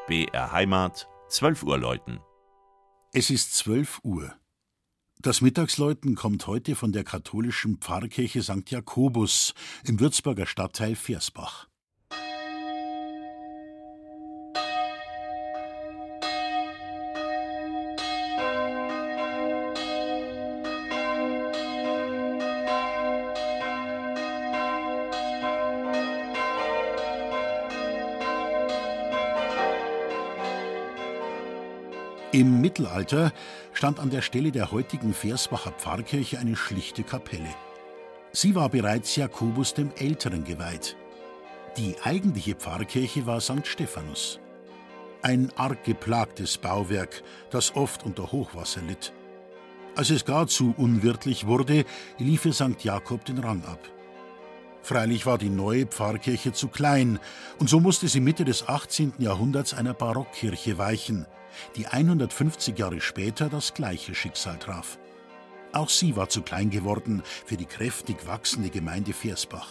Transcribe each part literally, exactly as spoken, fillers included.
B R Heimat, zwölf Uhr läuten. Es ist zwölf Uhr. Das Mittagsläuten kommt heute von der katholischen Pfarrkirche Sankt Jakobus im Würzburger Stadtteil Versbach. Im Mittelalter stand an der Stelle der heutigen Versbacher Pfarrkirche eine schlichte Kapelle. Sie war bereits Jakobus dem Älteren geweiht. Die eigentliche Pfarrkirche war Sankt Stephanus. Ein arg geplagtes Bauwerk, das oft unter Hochwasser litt. Als es gar zu unwirtlich wurde, lief für Sankt Jakob den Rang ab. Freilich war die neue Pfarrkirche zu klein, und so musste sie Mitte des achtzehnten Jahrhunderts einer Barockkirche weichen, die hundertfünfzig Jahre später das gleiche Schicksal traf. Auch sie war zu klein geworden für die kräftig wachsende Gemeinde Versbach.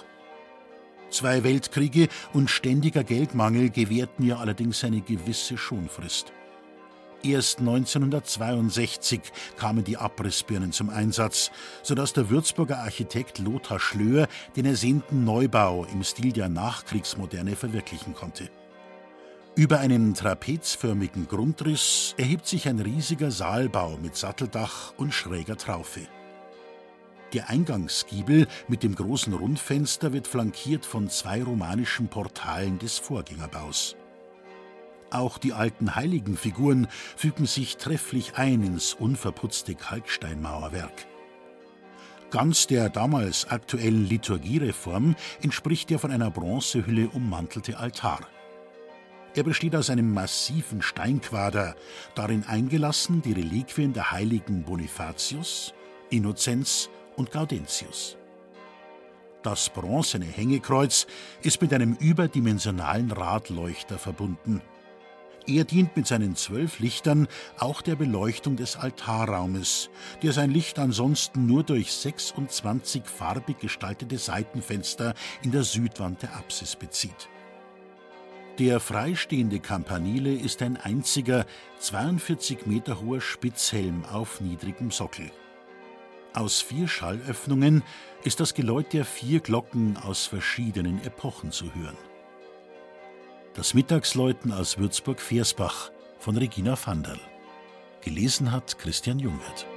Zwei Weltkriege und ständiger Geldmangel gewährten ihr allerdings eine gewisse Schonfrist. Erst neunzehnhundertzweiundsechzig kamen die Abrissbirnen zum Einsatz, sodass der Würzburger Architekt Lothar Schlöer den ersehnten Neubau im Stil der Nachkriegsmoderne verwirklichen konnte. Über einem trapezförmigen Grundriss erhebt sich ein riesiger Saalbau mit Satteldach und schräger Traufe. Der Eingangsgiebel mit dem großen Rundfenster wird flankiert von zwei romanischen Portalen des Vorgängerbaus. Auch die alten Heiligenfiguren fügen sich trefflich ein ins unverputzte Kalksteinmauerwerk. Ganz der damals aktuellen Liturgiereform entspricht der von einer Bronzehülle ummantelte Altar. Er besteht aus einem massiven Steinquader, darin eingelassen die Reliquien der Heiligen Bonifatius, Innozenz und Gaudentius. Das bronzene Hängekreuz ist mit einem überdimensionalen Radleuchter verbunden. Er dient mit seinen zwölf Lichtern auch der Beleuchtung des Altarraumes, der sein Licht ansonsten nur durch sechsundzwanzig farbig gestaltete Seitenfenster in der Südwand der Apsis bezieht. Der freistehende Campanile ist ein einziger, zweiundvierzig Meter hoher Spitzhelm auf niedrigem Sockel. Aus vier Schallöffnungen ist das Geläut der vier Glocken aus verschiedenen Epochen zu hören. Das Mittagsläuten aus Würzburg-Versbach von Regina Vanderl. Gelesen hat Christian Jungwirth.